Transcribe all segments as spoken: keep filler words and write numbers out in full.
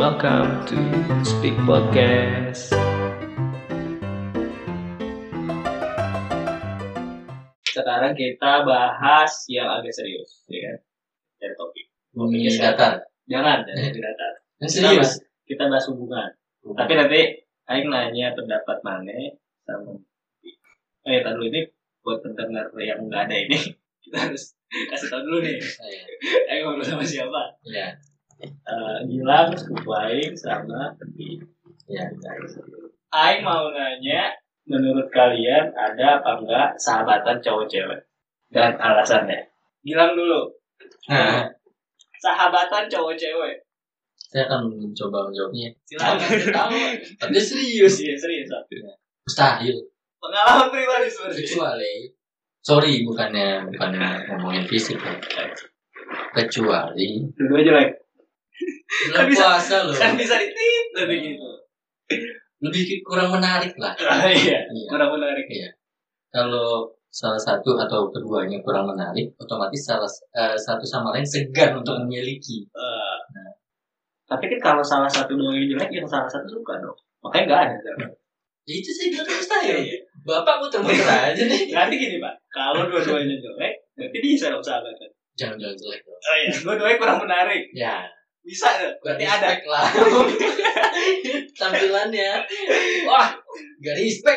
welcome to Speak Podcast. Sekarang kita bahas yang agak serius, ya kan? Dari topik. Bumi datar. Jangan, jangan datar. Serius? Kita bahas hubungan. Hmm. Tapi nanti Aing nanya pendapat Mane sama Eh, tadi dulu ini buat pendengar yang nggak ada ini, kita harus kasih tahu dulu nih. Aing ngobrol sama siapa? Iya. Uh, Gilang, sepupu Aing sama Tepi. Ya. Aing mau nanya, menurut kalian ada apa enggak sahabatan cowok-cewek dan alasannya? Gilang dulu. Nah, sahabatan cowok-cewek. saya akan mencoba menjawabnya. Silakan. Tahu. Tapi serius. Iya serius. Mustahil. Pengalaman pribadi sebenarnya. Kecuali, sorry bukannya bukannya ngomongin fisik ya. Kecuali. Dulu aja like. Bulan puasa loh. Kan bisa ditit lebih gitu. Lebih kurang menarik lah. Ah, iya. Iya. Kurang menarik. Iya. Kalau salah satu atau keduanya kurang menarik, otomatis salah uh, satu sama lain segan untuk memiliki. Uh, nah. Tapi kan kalau salah satu dua yang jelek, yang salah satu suka dong. Makanya nggak ada. Kan? Ya itu sih bilang mustahil. Bapak muter-muter aja nih. Nanti gini Pak, kalau dua-duanya jelek, berarti bisa dong sahabatan. Jangan-jangan jelek dong. Oh iya, dua-duanya kurang menarik. Ya. Bisa dong. Berarti ada. Lah. Tampilannya. Wah, gak respect.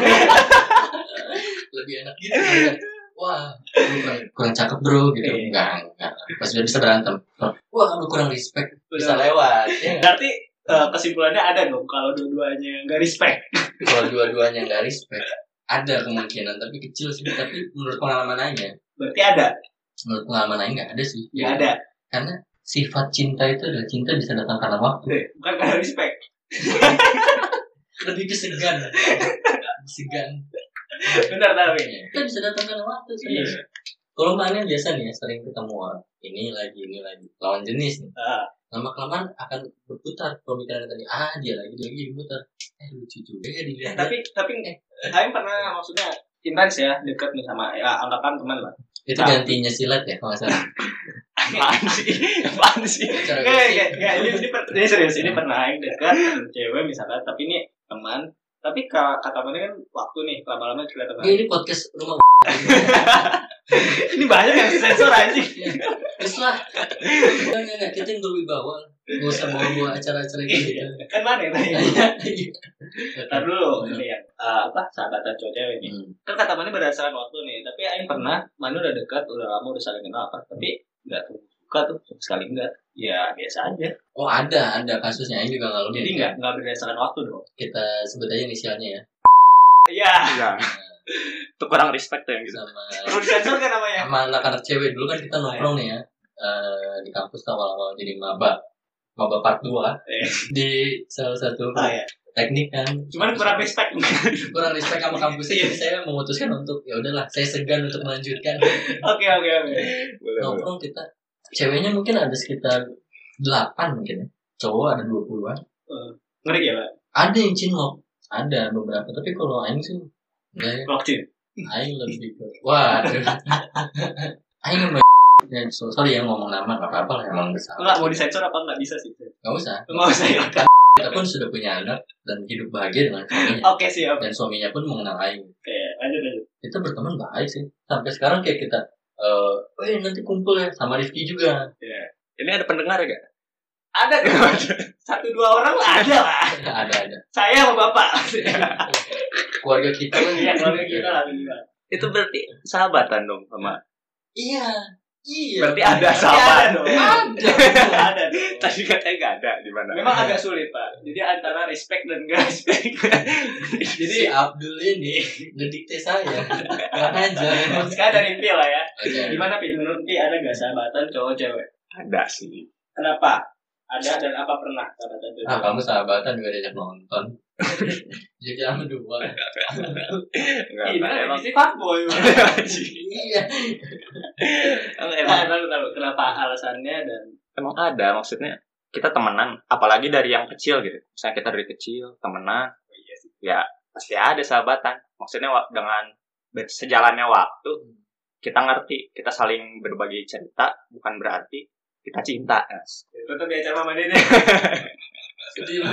Lebih enak gitu. Wah, kurang, kurang cakep bro gitu. Iya. Enggak, enggak. Pas udah bisa berantem. Wah, lu kurang respect. Bisa lewat. Ya. Berarti uh, kesimpulannya ada dong kalau dua-duanya nggak respect. Kalau dua-duanya nggak respect, ada kemungkinan tapi kecil sih. Tapi menurut pengalaman Aing, berarti ada. Menurut pengalaman Aing nggak ada sih. Ya ada. Karena sifat cinta itu adalah cinta bisa datang karena waktu. Bukan karena respect. Lebih ke segan. Segan. Benar tapi. Kita bisa datang karena waktu sih. Iya. Kalau mana biasa nih ya, sering ketemu orang ini lagi ini lagi lawan jenis nih. Ah. Lama kelamaan akan berputar pemikiran tadi. Ah dia lagi dia lagi berputar. Eh lucu juga ya dilihat. Tapi tapi eh, Aing pernah maksudnya intens ya dekat nih sama ya anggapan teman lah. Itu gantinya silat ya kalau salah. Apaan sih? Apaan sih? Enggak, enggak, enggak. Ini, ini, ini serius. Ini pernah Aing dekat cewek misalkan. Tapi ini teman. Tapi kata mana kan waktu nih. Lama-lama cerita teman. Ini podcast rumah. Ini banyak yang sensor anjing. Terus lah. Enggak, enggak, enggak. Kita yang berwibawa. Gak usah bawa-bawa acara-acara gitu. Kan mana ya tanya? Ntar dulu. Ini yang uh, apa? Sahabatan cowok cewek nih. Hmm. Kan kata mana berdasarkan waktu nih. Tapi Aing pernah. Mana udah dekat. Udah lama. Udah saling kenal apa. Tapi nggak suka tuh sekali enggak ya biasa aja. Oh ada ada kasusnya ini juga ngalamin. Jadi nggak nggak berdasarkan waktu dong. Kita sebut aja inisialnya ya. Iya. Nah, itu kurang respect tuh yang gitu. Sama perlu disensor kan namanya. Sama anak-anak cewek dulu kan kita nongkrong nih ya uh, di kampus awal-awal jadi maba maba part dua di salah satu oh, iya. teknik kan. Cuman kurang respect. Kurang respect sama kampusnya jadi saya memutuskan untuk ya udahlah saya segan untuk melanjutkan. Oke oke oke. Nongkrong kita ceweknya mungkin ada sekitar delapan mungkin ya. Cowok ada dua puluhan. Uh, ngeri ya Pak? Ada yang cinlok. Ada beberapa. Tapi kalau Aing sih enggak ya. Blockchain. Aing lebih ke waduh. Aing nggak ya, so, sorry ya ngomong nama gak apa-apa lah emang besar. Enggak mau disensor apa enggak bisa sih? Gak usah. Enggak usah ya. Kita pun sudah punya anak dan hidup bahagia dengan suaminya. Oke siap. Dan suaminya pun mengenal Aing. Oke lanjut lanjut. Kita berteman baik sih. Sampai sekarang kayak kita Uh, oh ya nanti kumpul ya sama Rifki juga. Yeah. Ini ada pendengar gak? Ada kan? Satu dua orang lah ada lah. Ada ada. Saya sama bapak. Keluarga kita lah. Iya keluarga kita lah. Itu berarti sahabatan dong sama. Iya. Iya. Berarti ada sahabat. Ada. Ada. Ada. Tadi katanya nggak ada di mana. Memang agak sulit Pak. Jadi antara respect dan nggak respect. Jadi si Abdul ini ngedikte saya. Gak ngajar. Sekarang dari Pi lah ya. Okay. Gimana Pi? Menurut Pi ada nggak sahabatan cowok cewek? Ada sih. Kenapa? Ada dan apa pernah sahabatan cowok? Ah kamu sahabatan juga diajak nonton. Jadi sama dua. Ini emang sih fuckboy. Iya. Emang tahu tahu kenapa alasannya dan emang ada maksudnya kita temenan apalagi dari yang kecil gitu. Misalnya kita dari kecil temenan. Oh, iya sih. Ya pasti ada sahabatan. Maksudnya dengan sejalannya waktu kita ngerti kita saling berbagi cerita bukan berarti kita cinta. Itu tuh biasa Mama Dede. Sedih.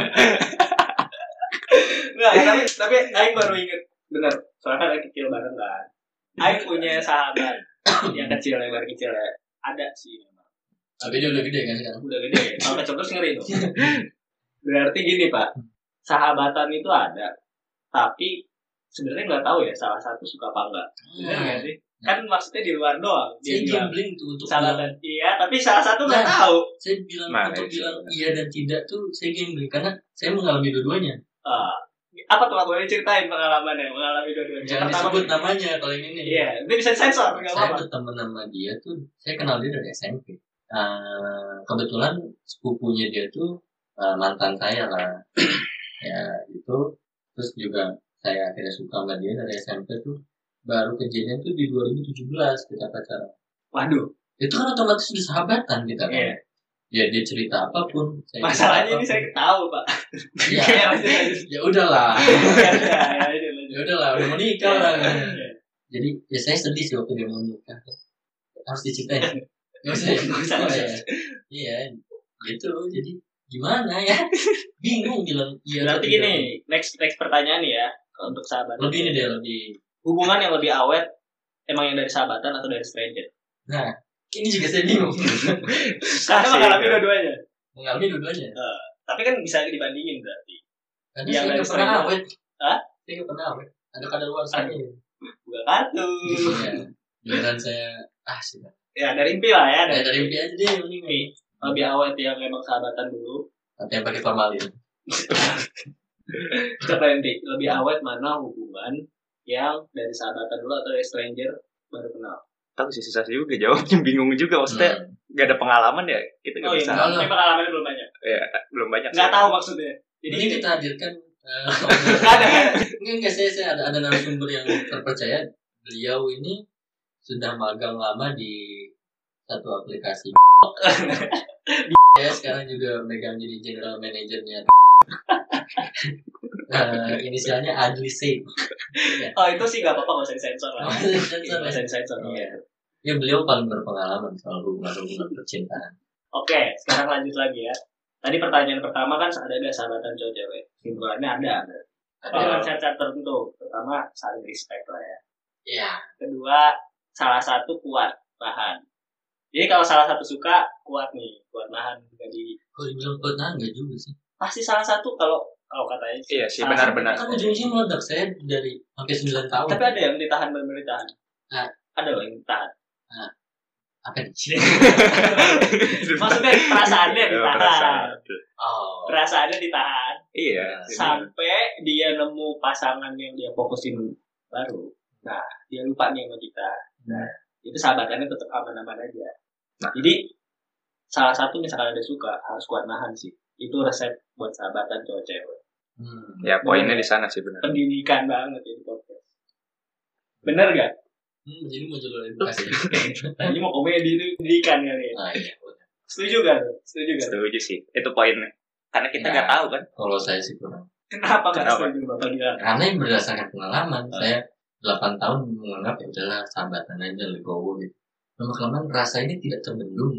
Nggak, tapi tapi Aing baru inget bener. Soalnya kan Aing kecil bareng kan. Aing punya sahabat yang kecil yang dari kecil ya. Ada sih memang. Tapi dia udah gede kan sekarang. Udah gede. Kalau kecil terus ngeri dong. Berarti gini Pak, sahabatan itu ada, tapi sebenarnya nggak tahu ya salah satu suka apa enggak. Benar nggak sih? Kan maksudnya di luar doang. Saya Dia bilang gambling tuh untuk sahabatan. bilang, Iya, tapi salah satu nggak Nah. tahu. saya bilang Nah, untuk itu. bilang iya dan tidak tuh saya gambling karena saya mengalami dua-duanya. Ah, apa tuh Pak? Boleh ceritain pengalamannya, mengalami dua-duanya. Jangan Pertama, disebut namanya kalau yang ini. Iya, ini bisa disensor, nggak Saya apa-apa. berteman sama dia tuh, saya kenal dia dari S M P. Uh, kebetulan sepupunya dia tuh uh, mantan saya lah. Ya itu, terus juga saya akhirnya suka sama dia dari S M P tuh. Baru kejadian tuh di dua ribu tujuh belas kita pacaran. Waduh, Itu kan otomatis sudah sahabatan kita kan. Iya. Ya dia cerita apapun. Saya masalahnya cerita ini saya apapun. tahu Pak. Ya, Iya, lanjut, lanjut. ya udahlah. Ya, ya, ya, lanjut, lanjut. Ya udahlah, udah menikah orang. Iya. Jadi ya saya sedih sih waktu dia mau nikah. Harus diceritain. Gak usah ya? Nggak usah, nggak usah. Iya, gitu. Jadi gimana ya? Bingung bilang iya. Berarti atau tidak. gini, next next pertanyaan nih ya untuk sahabat. Lebih nih dia lebih. Hubungan yang lebih awet emang yang dari sahabatan atau dari stranger? Nah, ini juga saya bingung. Karena sih, mengalami ya. dua-duanya. Mengalami dua-duanya. Tapi kan bisa dibandingin berarti. Karena Yang saya dari nggak pernah stranger. awet. Hah? Saya nggak pernah awet. Ada kadar luar sana. Buka kartu. Iya. Giliran saya ah sudah. Ya dari impi lah ya. Dari dari impi aja deh mending. Impi. Lebih awet yang memang sahabatan dulu. Atau yang pakai formalin. Coba impi. Lebih awet mana hubungan yang dari sahabatan dulu atau dari stranger baru kenal? Tahu sih susah juga jawabnya, bingung juga maksudnya. Hmm. Gak ada pengalaman ya kita Oh gak iya, bisa. enggak. tapi pengalamannya belum banyak. Ya, belum banyak. Nggak sih. tahu maksudnya. Jadi Jadi gini, kita hadirkan eh, nggak ada kan? Enggak, enggak saya, saya ada ada narasumber yang terpercaya. Beliau ini sudah magang lama di satu aplikasi. Ya sekarang juga megang jadi general manajernya. uh, inisialnya Adli C. Oh itu sih nggak apa-apa, nggak usah disensor lah. Oh, sensor, Nggak ya. usah disensor. Iya. Ya beliau paling berpengalaman soal hubungan-hubungan percintaan. Oke, sekarang lanjut lagi ya. Tadi pertanyaan pertama kan ada nggak sahabatan cowok cewek? Simpulannya ada. ada. Tapi dengan syarat tertentu. Pertama saling respect lah ya. Iya. Kedua salah satu kuat nahan. Jadi kalau salah satu suka kuat nih, kuat nahan jadi Kalau dibilang kuat nahan enggak juga sih. pasti salah satu kalau kalau katanya sih. Iya sih, salah satu benar-benar. Kan ujung-ujungnya meledak saya dari hampir sembilan tahun. Tapi ada yang ditahan benar-benar ditahan. Nah. Ada loh yang ditahan. apa sih? Maksudnya perasaannya Ya, ditahan. perasaan. Oh. Perasaannya ditahan Iya. sampai dia nemu pasangan yang dia fokusin baru. Nah, dia lupa nih sama kita. Nah, itu sahabatannya tetap aman-aman aja. Nah. Jadi salah satu misalkan ada suka harus kuat nahan sih. Itu resep buat sahabatan cowok cewek. Hmm. Ya poinnya di sana sih benar. Pendidikan banget ini podcast. Bener gak? Hmm, jadi mau jual edukasi. Tadi mau komedi itu pendidikan kali ya. Ah iya. Boleh. Setuju gak? Setuju gak? Setuju sih. Itu poinnya. Karena kita Ya. nggak tahu kan. Kalau saya sih kurang. Kenapa gak Kenapa? setuju Bapak Gila? Karena yang berdasarkan pengalaman, Ah. saya delapan tahun menganggap ya udahlah sahabatan aja legowo gitu. Lama kelamaan rasa ini tidak terbendung.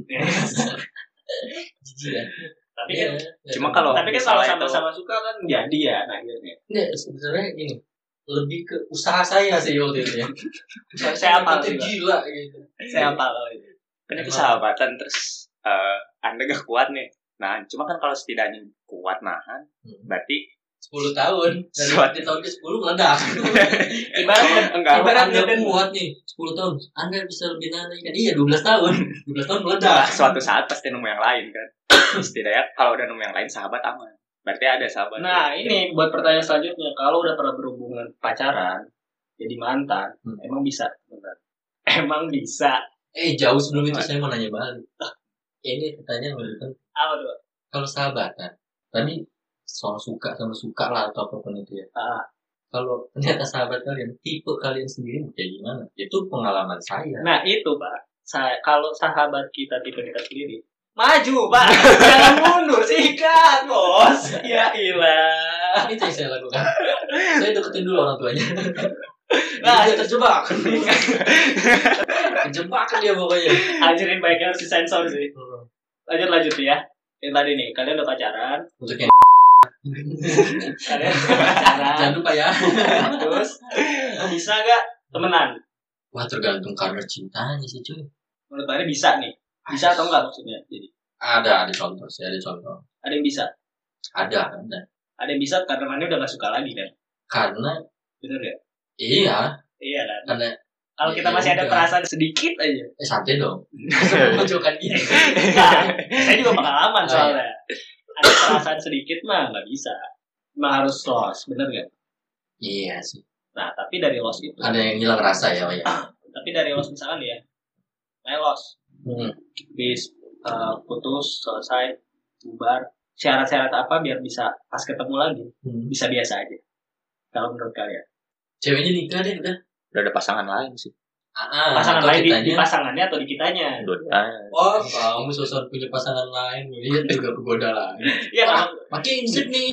Jijik ya. Tapi Iya, kan ya, Cuma ya. kalau- tapi kan kalau misalnya itu- sama-sama suka kan jadi ya akhirnya. Enggak, sebenarnya ini lebih ke usaha saya sih waktu itu ya. Saya- saya apa Kata juga? gila gitu. Saya apa kalau itu? Kan itu Emang. sahabatan terus eh, Anda gak kuat nih. Nah, cuma kan kalau setidaknya kuat nahan, Hmm. berarti sepuluh tahun dari Suat- di tahun ke sepuluh meledak. Ibaratnya enggak Kalau ibarat Anda dan kuat nih sepuluh tahun, Anda bisa lebih nahan kan? Iya, dua belas tahun. dua belas tahun meledak. Nah, suatu saat pasti nemu yang lain kan. Setidaknya kalau udah nemu yang lain sahabat aman. Berarti ada sahabat. Nah, ini buat pertanyaan selanjutnya. Kalau udah pernah berhubungan pacaran, jadi mantan, Hmm. emang bisa? Bentar. Emang bisa? Eh, jauh sebelum itu saya mau nanya balik. Ini pertanyaan lebih penting. Apa tuh? Kalau sahabatan, tadi soal suka sama suka lah atau apapun itu ya. Ah. Kalau ternyata sahabat kalian, tipe kalian sendiri kayak gimana? Itu pengalaman saya. Nah, itu, Pak. Saya, kalau sahabat kita tipe kita sendiri, maju, Pak. Jangan mundur, sikat, Bos. Ya ilah. Itu yang saya lakukan. Saya deketin dulu orang tuanya. Nah, Dia terjebak. Kejebak dia pokoknya. anjurin baiknya harus disensor sih. Lanjut lanjut ya. Yang tadi nih, kalian udah pacaran. Untuk yang Kalian pacaran. Jangan lupa ya. Terus bisa gak temenan? Wah tergantung kadar cintanya sih cuy. Menurut kalian bisa nih? Bisa atau enggak maksudnya? Jadi Ada, ada contoh sih, ada contoh. ada yang bisa, Ada, ada. ada yang bisa karena mana udah gak suka lagi kan? Karena Bener ya? iya, Iya kan? karena Kalau kita Ya masih ada udah. perasaan sedikit aja. eh santai dong. Menunjukkan gini. Nah, saya juga pengalaman soalnya. Ada perasaan sedikit mah nggak bisa. Emang harus loss, bener gak? Iya sih. Nah, tapi dari loss itu. Ada yang hilang rasa ya, ya. Tapi dari loss misalkan ya, saya loss, Hmm. bis uh, putus, selesai, bubar. Syarat-syarat apa biar bisa pas ketemu lagi? Hmm. Bisa biasa aja. Kalau menurut kalian. Ceweknya nikah deh udah. Udah ada pasangan lain sih. Ah, Pasangan atau lain di, kitanya- di pasangannya atau di kitanya? Dua-duanya. Oh, kamu sosok punya pasangan lain, lihat juga kegoda lagi. Iya kan? Makin insip nih.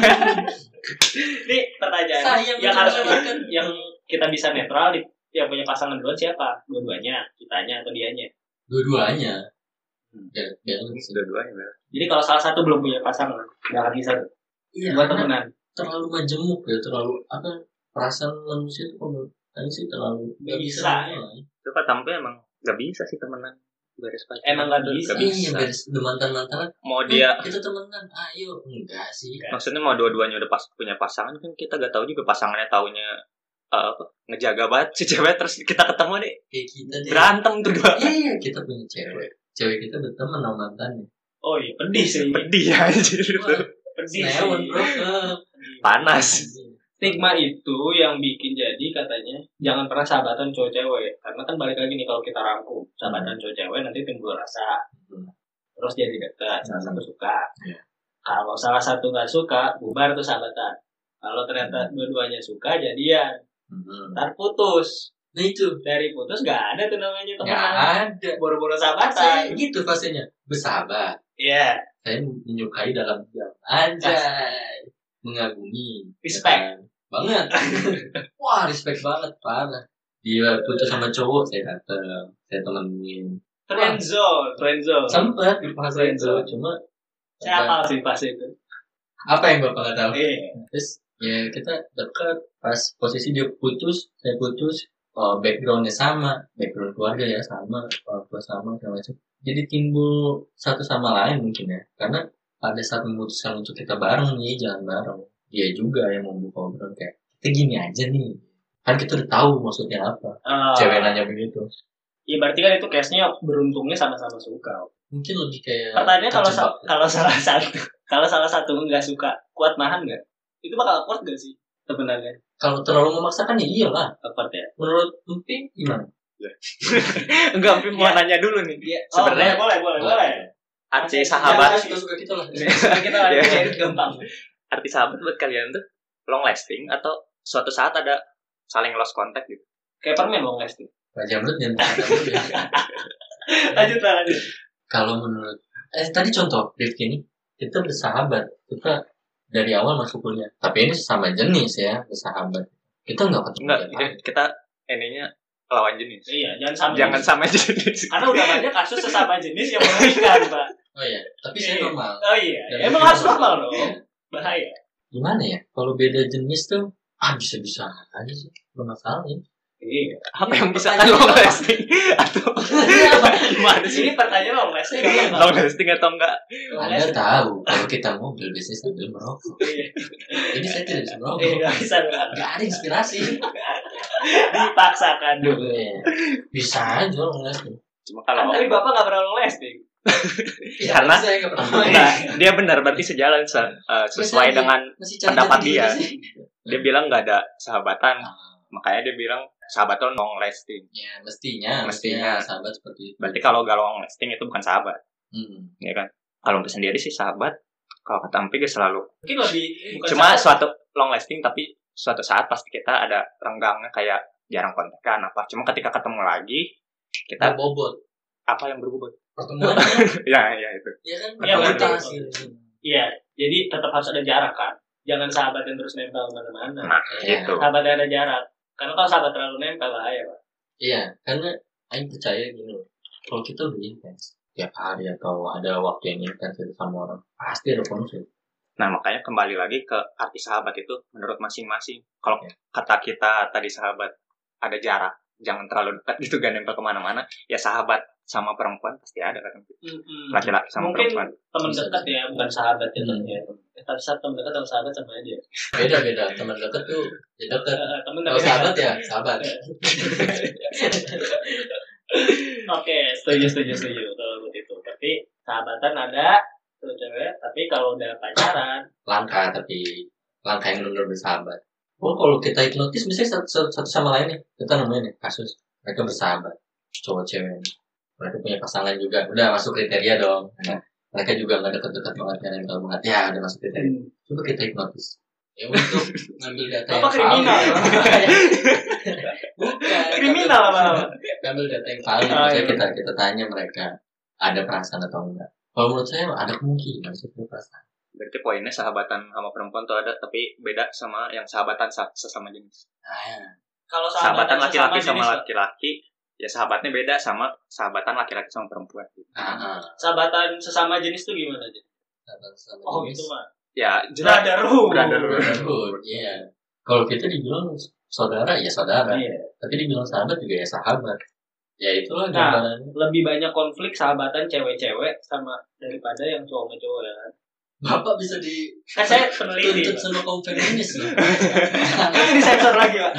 Ini pertanyaan Saya yang harus melewatkan. yang kita bisa netral di, yang punya pasangan duluan siapa? Dua-duanya, kitanya atau dianya? Dua-duanya. Hmm. Ya, balance. Dua-duanya. Bel. Jadi kalau salah satu belum punya pasangan, nggak akan bisa tuh. Iya, Buat karena temenan. terlalu majemuk ya, terlalu apa? Perasaan manusia itu kalau tadi sih terlalu nggak bisa. Bisa, ya. dimulai. Itu kan tampil emang gak bisa sih temenan. Beres pacaran. Emang nggak bisa. Gak bisa. Iya, beres udah mantan-mantan. Mau dia kita temenan, ayo enggak sih. maksudnya mau dua-duanya udah pas punya pasangan kan kita gak tahu juga pasangannya taunya uh, apa ngejaga banget si cewek terus kita ketemu nih Kayak kita deh. berantem tuh dua. Iya, kita punya cewek. Cewek kita berteman sama mantannya. Oh iya, pedih sih. Pedih anjir itu. Wah, Pedih Senewan sih. bro. Eh. Panas. Stigma itu yang bikin jadi katanya jangan pernah sahabatan cowok cewek, karena kan balik lagi nih kalau kita rangkum sahabatan cowok cewek nanti timbul rasa, Hmm. terus jadi dekat, salah satu suka. Iya. Kalau salah satu nggak suka, bubar tuh sahabatan. Kalau ternyata dua-duanya suka, jadian. Hmm. Ntar putus. Nah itu Dari putus nggak ada tuh namanya nggak teman. ada. Boro-boro Saya sahabatan. gitu fasenya bersahabat. Iya. Saya menyukai dalam diam. Anjay. Mengagumi. Respect. Ya kan? Banget. Wah, respect banget, parah. Dia putus sama cowok, saya datang, saya temenin. Friendzone, friendzone. Sempet di fase itu, Friendzone. cuma Saya hafal sih pas itu. apa yang bapak nggak tahu? Iya. Terus ya kita dekat, pas posisi dia putus, saya putus, oh, backgroundnya sama, background keluarga ya sama, orang tua sama, segala macam. Jadi timbul satu sama lain mungkin ya, karena pada saat memutuskan untuk kita bareng nih, jalan bareng, dia juga yang membuka obrolan kayak kita gini aja nih, kan kita udah tahu maksudnya apa. Uh, Cewek nanya begitu, Ya berarti kan itu case-nya beruntungnya sama-sama suka. mungkin lebih kayak Pertanyaannya kalau sa- terjebak. kalau salah satu kalau salah satu nggak suka, kuat nahan nggak? Itu bakal kuat nggak sih sebenarnya? Kalau terlalu memaksakan ya iyalah. Kuat ya. Menurut Empi gimana? Enggak, tapi mau Ya. nanya dulu nih. Iya. Sebenarnya oh, boleh boleh boleh. arti Oke, sahabat, jangan Suka-suka kita lah. Nah, kita lagi Iya. jadi gampang. arti sahabat buat kalian tuh long lasting atau suatu saat ada saling lost contact gitu. Kayak permen dong lasting. Raja Mlut dan Raja Mlut ya. Lanjut lah lanjut. Kalau menurut eh tadi contoh Rifki ini kita bersahabat, kita dari awal masuk kuliah, tapi ini sesama jenis ya, bersahabat. Kita nggak ketemu. Enggak, tiap hari. kita ininya lawan jenis. Iya, jangan sama. Jangan sama jenis. Karena udah banyak kasus sesama jenis yang mengerikan, Pak. Oh iya, tapi saya Iya. normal. Oh iya, Dan emang itu harus normal. normal dong. Bahaya. Gimana ya? Kalau beda jenis tuh ah bisa-bisa aja sih, nggak masalah ya. Iya. Apa yang bisa kan Pertanyaan long apa? lasting atau gimana sih? Ini pertanyaan long lasting. Long lasting atau enggak? Anda tahu kalau kita ngobrol biasanya sambil merokok. Iya. Ini saya tidak bisa merokok. Eh, nggak bisa nggak. Nggak ada inspirasi. Dipaksakan dulu. Iya. Bisa aja ngeliat. Cuma Kan kalau tadi bapak nggak pernah long lasting. Karena- saya nggak pernah. enggak, dia benar berarti sejalan se- uh, sesuai Masih- dengan masih cari pendapat jati dia. diri sih. dia bilang nggak ada sahabatan, Ah, makanya dia bilang sahabat tuh long lasting. ya mestinya, Mestinya. mestinya sahabat seperti itu. Berarti kalau gak long lasting itu bukan sahabat, Hmm. ya kan? Kalau untuk sendiri sih sahabat, kalau kata Ampi dia selalu. Mungkin lebih bukan Cuma sahabat. suatu long lasting tapi suatu saat pasti kita ada renggangnya kayak jarang kontekan apa. Cuma ketika ketemu lagi kita Berbobot. apa yang berbobot? Pertemuan Ya, ya itu. ya kan Iya, betul. berkomunikasi. Iya, jadi tetap harus ada jarak kan. Jangan sahabat yang terus nempel kemana-mana. Nah, Iya. gitu. Sahabat yang ada jarak. Karena kalau sahabat terlalu nempel bahaya, Pak. Iya, karena Aing percaya gini loh. Kalau kita udah intens tiap hari atau ada waktu yang intens itu sama orang, pasti ada konflik. Nah makanya kembali lagi ke arti sahabat itu menurut masing-masing. Kalau kata kita tadi sahabat ada jarak, jangan terlalu dekat gitu, gak nempel kemana-mana. Ya sahabat sama perempuan pasti ada kan. Mm-hmm. Laki-laki sama mungkin perempuan. Teman dekat ya, bukan sahabat ya. Hmm. ya. Tapi saat teman dekat sama sahabat sama aja. Beda-beda. Teman dekat tuh ya dekat. Uh, teman Kalau sahabat ya sahabat. Oke, setuju setuju setuju kalau begitu. Tapi sahabatan ada tuh cewek, tapi kalau udah pacaran langka, tapi langka yang benar-benar bersahabat. Oh, kalau kita hipnotis misalnya satu, satu sama lain nih, kita nemuin nih kasus mereka bersahabat, cowok cewek, mereka punya pasangan juga, udah masuk kriteria dong. Nah, mereka juga nggak dekat-dekat banget kan yang tahu banget, ya udah masuk kriteria. Hmm. Coba kita hipnotis. Ya untuk ngambil data apa yang kriminal? Bukan. Kriminal apa? Ngambil data yang valid, oh, misalnya iya. kita kita tanya mereka ada perasaan atau enggak. Kalau menurut saya ada kemungkinan sih perasaan. Berarti poinnya sahabatan sama perempuan tuh ada, tapi beda sama yang sahabatan sesama jenis. Nah, kalau sahabatan, sahabatan laki-laki sama laki-laki, ya sahabatnya beda sama sahabatan laki-laki sama perempuan. Nah, sahabatan sesama jenis tuh gimana aja? Sahabatan sesama oh, jenis. Gitu mah. Ya, brotherhood. Brotherhood. Iya. Kalau kita dibilang saudara ya saudara. Iya. Tapi dibilang sahabat juga ya sahabat. Ya itulah nah, lebih banyak konflik sahabatan cewek-cewek sama daripada yang cowok sama cowok ya. Bapak bisa di kan saya peneliti tuntut sama kaum feminis loh. Ini disensor lagi Pak.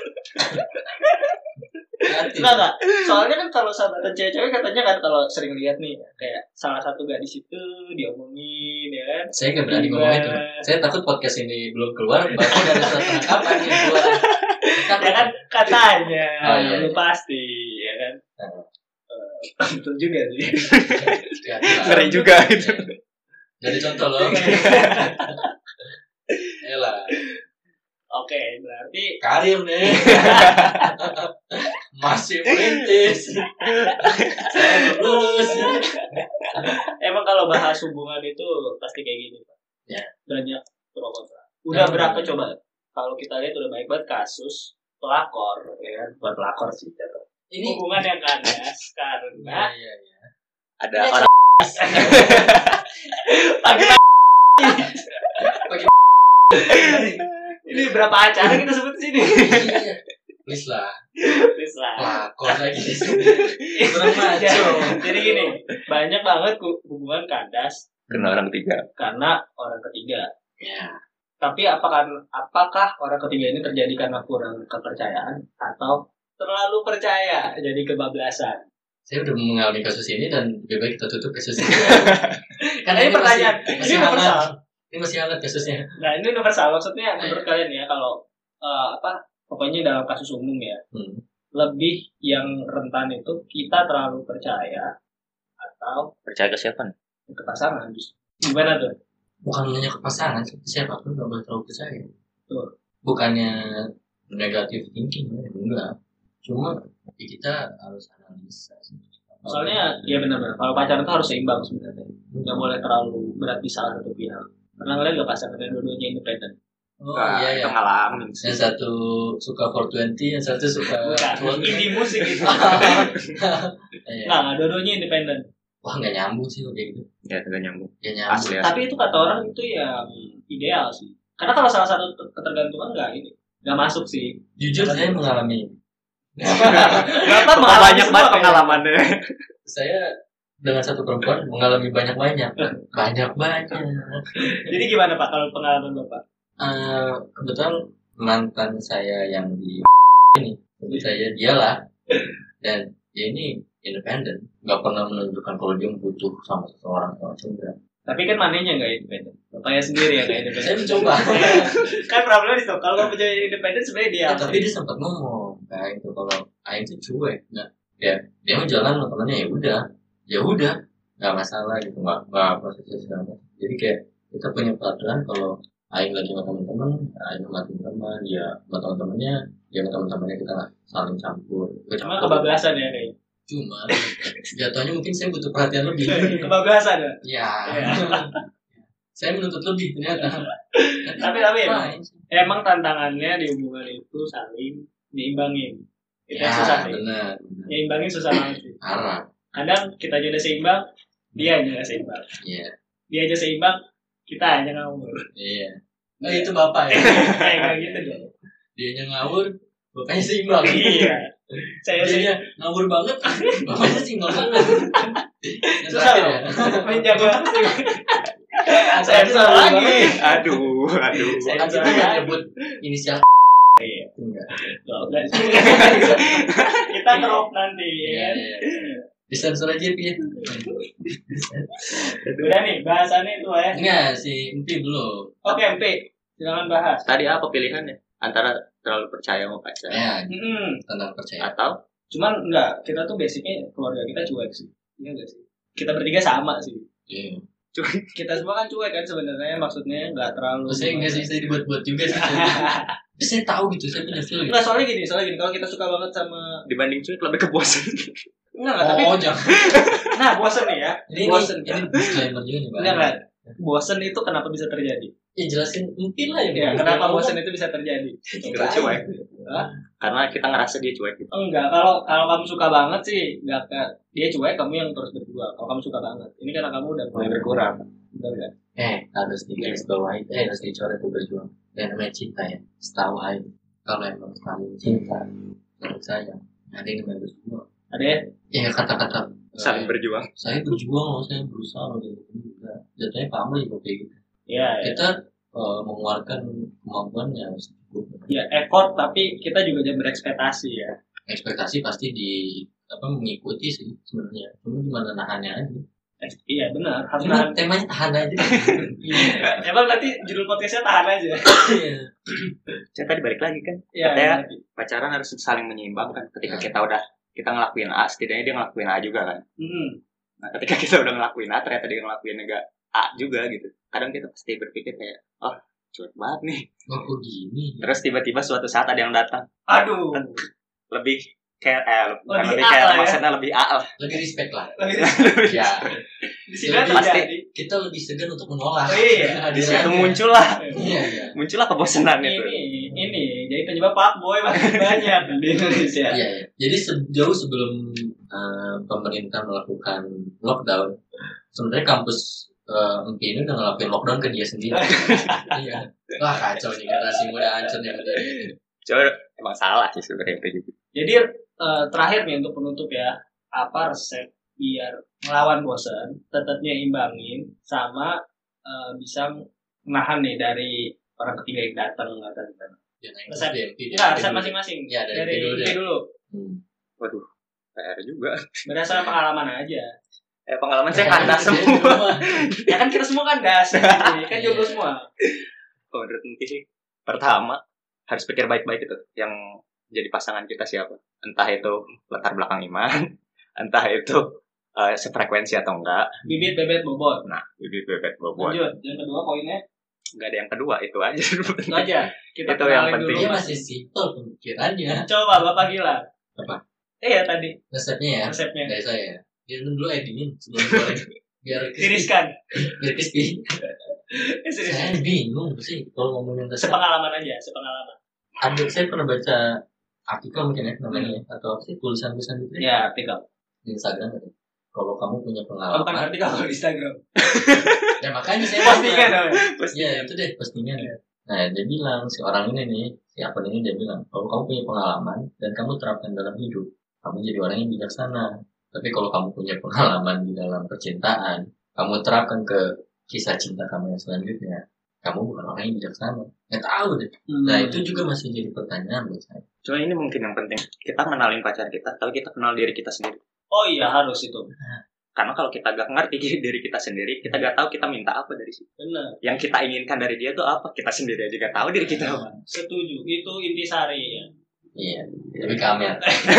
Enggak enggak. Soalnya kan kalau sahabatan cewek-cewek katanya kan kalau sering lihat nih kayak salah satu gadis itu diomongin ya kan. Saya nggak berani ngomong itu. Saya takut podcast ini belum keluar, bapak ada surat penangkapan yang keluar. Ya kan katanya, oh, iya, belum iya. pasti ya kan. Betul juga sih. Ngeri juga itu. Jadi contoh loh. Elah. Oke, berarti karir nih. Masih merintis. Saya lulus. Emang kalau bahas hubungan itu pasti kayak gini, Pak. Ya. Banyak pro kontra. Udah nah, berapa ya. Coba? Kalau kita lihat udah banyak banget kasus pelakor, ya kan? Buat pelakor sih, jatuh. Ini hubungan yang kandas karena ya, ya, ya. ada ya, orang pagi pagi ini berapa acara kita sebut sini? Please lah. Please lah. Pelakor lagi di sini. Kurang maco. Jadi gini, banyak banget hubungan kandas karena orang ketiga. Karena orang ketiga. Ya. Tapi apakah apakah orang ketiga ini terjadi karena kurang kepercayaan atau terlalu percaya jadi kebablasan? Saya udah mengalami kasus ini dan lebih baik kita tutup kasus ini. Karena ini pertanyaan, masih, masih ini universal. Ini masih hangat kasusnya. Nah ini universal, maksudnya menurut kalian ya kalau uh, apa pokoknya dalam kasus umum ya, hmm. lebih yang rentan itu kita terlalu percaya atau percaya ke siapa nih? Ke pasangan, gimana tuh? Bukan hanya ke pasangan, siapapun nggak boleh terlalu percaya. Tuh. Bukannya negatif thinking, enggak. Cuma ya kita harus analisa. Soalnya ya benar-benar kalau pacaran itu harus seimbang sebenarnya. Nggak boleh terlalu berat di salah satu pihak. Karena kalian nggak pasangan, dua-duanya independen. Oh nah, iya iya. Pengalaman. Yang satu suka four twenty, yang satu suka indie musik gitu. Nah, dua-duanya independen. Wah nggak nyambung sih kayak gitu. Ya nggak nyambung. Ya nyambung. Asli, asli. Tapi itu kata orang itu yang ideal sih. Karena kalau salah satu ketergantungan nggak ini, nggak masuk sih. Jujur saya mengalami. Berapa banyak banget pengalamannya. Saya dengan satu perempuan mengalami banyak-banyak. Banyak-banyak. Jadi gimana Pak kalau pengalaman Bapak? Uh, kebetulan mantan saya yang di ini, tentu saya dialah. Dan ya ini independen, nggak pernah menunjukkan kalau dia butuh sama seseorang atau enggak. Tapi kan mananya nggak independen, bapaknya sendiri ya nggak independen. Saya mencoba. Kan problemnya di situ. Kalau nggak punya independen sebenarnya dia. Ya, tapi dia sempat ngomong kayak itu kalau Aing tuh cuek, nggak dia dia mau jalan sama temennya ya udah, ya udah nggak masalah gitu, nggak nggak proses segala macam. Jadi kayak kita punya peraturan kalau Aing lagi sama teman-teman, Aing sama teman-teman, dia sama teman-temannya, dia sama teman-temannya kita nggak saling campur. Cuma kebablasan ya kayaknya. Cuma jatuhnya mungkin saya butuh perhatian lebih. Kebablasan ya? Ya. Saya menuntut lebih ternyata. Tapi tapi emang, emang tantangannya di hubungan itu saling diimbangin. Itu ya, susah sih. Benar. Diimbangin susah banget sih. Parah. Kadang kita aja udah seimbang, dia aja nggak seimbang. Iya. Dia aja seimbang, Kita hanya ngawur. Iya. Nah itu bapak ya. Kayak gitu dong. Dianya ngawur, bapaknya seimbang. Iya. Saya sih Dianya ngawur banget, bapaknya seimbang banget. susah ya. menjaga. Saya susah lagi. Aduh, aduh. Kan kita nggak nyebut inisial. Iya. Enggak. Enggak. Kita drop nanti. Iya, iya. Disensor aja ya. Udah nih bahasannya itu ya. Enggak sih, Empi belum. Oke, M P. Silakan bahas. Tadi apa pilihannya? Antara terlalu percaya sama pacar Ya, Hmm. tentang percaya. atau Cuman enggak, kita tuh basicnya keluarga kita cuek sih. Iya enggak sih? Kita bertiga sama sih. Iya. cuek? Kita semua kan cuek kan sebenarnya, maksudnya enggak terlalu. Saya enggak sih, saya dibuat-buat juga sih. Tapi saya tahu gitu, saya punya feel gitu. Enggak, soalnya gini, soalnya gini, kalau kita suka banget sama Dibanding cuek lebih ke bosan. enggak enggak, tapi Oh, jangan. nah, bosen nih ya. Ini, Bosen. ini, ini disclaimer juga nih, Pak. Enggak enggak. Bosen itu kenapa bisa terjadi? Ya jelasin mungkin lah ya. Ya, kenapa bosen itu bisa terjadi? Kita cuek. Hah? Karena kita ngerasa dia cuek gitu. Enggak, kalau kalau kamu suka banget sih, enggak ke dia cuek, kamu yang terus berjuang. Kalau kamu suka banget, ini karena kamu udah mulai berkurang. Benar enggak? Eh, harus digarisbawahi, eh harus dicoret itu berjuang. Dan namanya cinta ya. Setahu aja. Kalau emang kamu cinta, menurut saya ada yang namanya berjuang. Ada ya? Ya kata-kata Saling eh, berjuang. saya berjuang loh, saya berusaha loh gitu. Jatuhnya pamrih kok kayak gitu. Iya, ya. Kita eh, mengeluarkan kemampuan yang secukupnya. Ya, effort tapi kita juga jangan berekspektasi ya. Ekspektasi pasti di apa mengikuti sih sebenarnya. Cuma gimana nahannya aja. Eks- Iya benar, harus Cuma nahan. temanya tahan aja. Iya. Emang nanti judul podcastnya tahan aja. Saya tadi balik lagi kan. Iya. Katanya nanti. pacaran harus saling menyeimbangkan. Ketika Nah. kita udah kita ngelakuin A, setidaknya dia ngelakuin A juga kan. Hmm. Nah, ketika kita udah ngelakuin A, ternyata dia ngelakuin enggak A juga gitu. Kadang kita pasti berpikir kayak, oh cuek banget nih. Oh, kok gini? Terus tiba-tiba suatu saat ada yang datang. Aduh. Lebih kayak, eh, bukan Lebih lebih A kayak, lah ya. maksudnya lebih A lah. Lebih respect lah. Lebih- Ya, Di sini Lebih terjadi. pasti. kita lebih segan untuk menolak. Iya, Di situ Hadirannya. muncullah, Iya, iya. muncullah kebosanan itu. Ini, ini jadi penyebab fuckboy makin banyak di Indonesia. Iya, iya. Jadi sejauh sebelum uh, pemerintah melakukan lockdown, sebenarnya kampus uh, M P ini udah ngelakuin lockdown ke dia sendiri. Iya. Wah kacau nih generasi muda hancur yang ada. Coba emang salah sih sebenarnya itu gitu. Jadi eh, terakhir nih untuk penutup ya, apa resep biar ngelawan bosan, tetap nyimbangin sama eh, bisa menahan nih dari orang ketiga yang datang atau gimana. Resep, enggak, resep masing-masing. Ya, dari dari M P dulu M P deh. dulu. Hmm. Waduh, P R juga. Berdasarkan pengalaman aja. Eh pengalaman saya Nah, kandas itu dia semua. semua. Ya kan kita semua kan das, gitu. Kan jomblo semua. Kalau menurut Enti sih, pertama harus pikir baik-baik itu yang jadi pasangan kita siapa. Entah itu latar belakang iman, entah itu uh, sefrekuensi atau enggak. Bibit, bebet, bobot. Nah, bibit bebet bobot. Lanjut. Yang kedua poinnya Enggak ada yang kedua, itu aja. itu aja. Kita Itu yang kenalin penting. dulu. Dia masih simpel pemikirannya. Coba Bapak Gila. Apa? Eh ya tadi Resepnya ya resepnya. dari saya. Dia dulu edingin sebelum goreng biar crispy. Tiriskan. Biar crispy. Eh, serius. Saya bingung sih kalau ngomongin resep. Sepengalaman aja, sepengalaman. Ada saya pernah baca artikel mungkin ya namanya ya, atau apa sih tulisan-tulisan gitu ya Ya, artikel. di Instagram gitu. Kalau kamu punya Oh, bukan pengalaman, artikel kalau di Instagram. ya makanya saya Postingan baca. namanya. Ya itu deh postingan. Nah dia bilang si orang ini nih si akun ini dia bilang kalau kamu punya pengalaman dan kamu terapkan dalam hidup, kamu jadi orang yang bijaksana. Tapi kalau kamu punya pengalaman di dalam percintaan, kamu terapkan ke kisah cinta kamu yang selanjutnya, kamu bukan orang yang bijaksana. Nggak tahu deh. Hmm. Nah itu juga masih jadi pertanyaan buat saya. Cuma ini mungkin yang penting. Kita kenalin pacar kita, tapi kita kenal diri kita sendiri. Oh iya harus itu. Karena kalau kita gak ngerti diri kita sendiri, kita gak tahu kita minta apa dari situ. Benar. Yang kita inginkan dari dia tuh apa? Kita sendiri aja gak tahu diri kita apa. Setuju. Itu intisari ya. Iya, lebih ke Amel.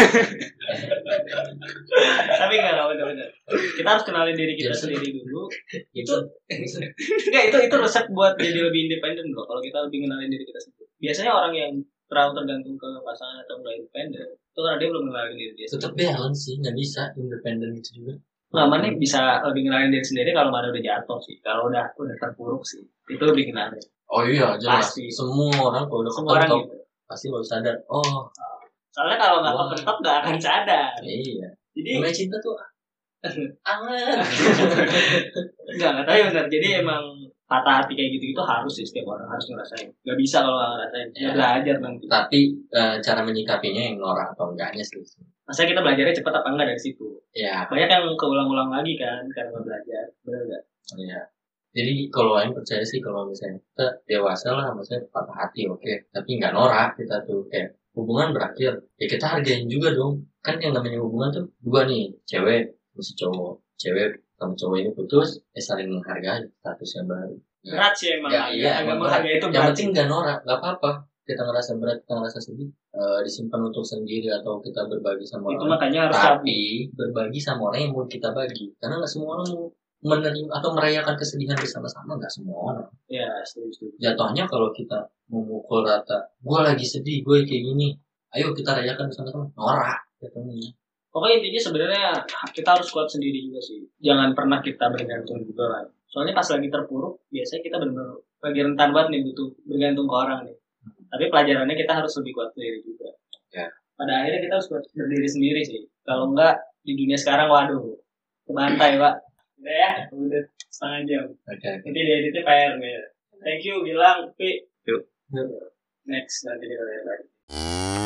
Tapi enggak enggak benar-benar. Kita harus kenalin diri kita Gibson. sendiri dulu. Itu Enggak, itu itu resep buat jadi lebih independen loh. Kalau kita lebih kenalin diri kita sendiri. Biasanya orang yang terlalu tergantung ke pasangan atau nggak independen, itu karena dia belum kenalin diri dia. tetap balance sih, nggak bisa independen itu juga. Nah, mana bisa lebih kenalin diri sendiri kalau mana udah jatuh sih. Kalau udah udah terpuruk sih, itu lebih kenalin. Oh iya, jelas. Pasti. Semua orang kalau udah Semua orang kepentok, gitu. pasti baru sadar. Oh, Soalnya kalau nggak Wah. kepentok nggak akan sadar. iya. Jadi Namanya cinta tuh anget. enggak nggak tahu ya benar. Jadi emang patah hati kayak gitu itu harus sih setiap orang harus ngerasain. Gak bisa kalau nggak ngerasain. Ya, belajar nanti. Tapi uh, cara menyikapinya yang norak atau enggaknya sih. Masa kita belajarnya cepat apa enggak dari situ? Ya. Banyak yang keulang-ulang lagi kan karena belajar, benar nggak? Iya. Jadi kalau yang percaya sih kalau misalnya kita dewasa lah, maksudnya patah hati oke, okay. Tapi nggak norak kita tuh kayak hubungan berakhir, ya kita hargain juga dong. Kan yang namanya hubungan tuh dua nih, cewek sama cowok, cewek sama cowok ini putus, ya saling menghargai statusnya baru. Berat sih emang. Ya, iya, agak menghargai itu. Yang penting nggak norak, nggak apa-apa. Kita ngerasa berat, kita ngerasa sedih, uh, disimpan untuk sendiri atau kita berbagi sama itu orang. Makanya harus tapi sabi. Berbagi sama orang yang mau kita bagi, karena nggak semua orang menerima atau merayakan kesedihan bersama-sama, nggak semua orang. Ya, setuju. Jatuhnya kalau kita memukul rata, gue lagi sedih, gue kayak gini, ayo kita rayakan bersama-sama, norak jatuhnya. Pokoknya intinya sebenarnya kita harus kuat sendiri juga sih. Jangan pernah kita bergantung juga lah. Soalnya pas lagi terpuruk, biasanya kita benar-benar lagi rentan banget nih butuh bergantung ke orang nih. Hmm. Tapi pelajarannya kita harus lebih kuat sendiri juga. Ya. Pada akhirnya kita harus berdiri sendiri sih. Kalau enggak di dunia sekarang, waduh, kebantai pak. Udah ya, udah setengah jam. Oke. Okay. Nanti dieditnya P R nih. Thank you, Gilang, Pi. Yuk. Next nanti kita lihat lagi.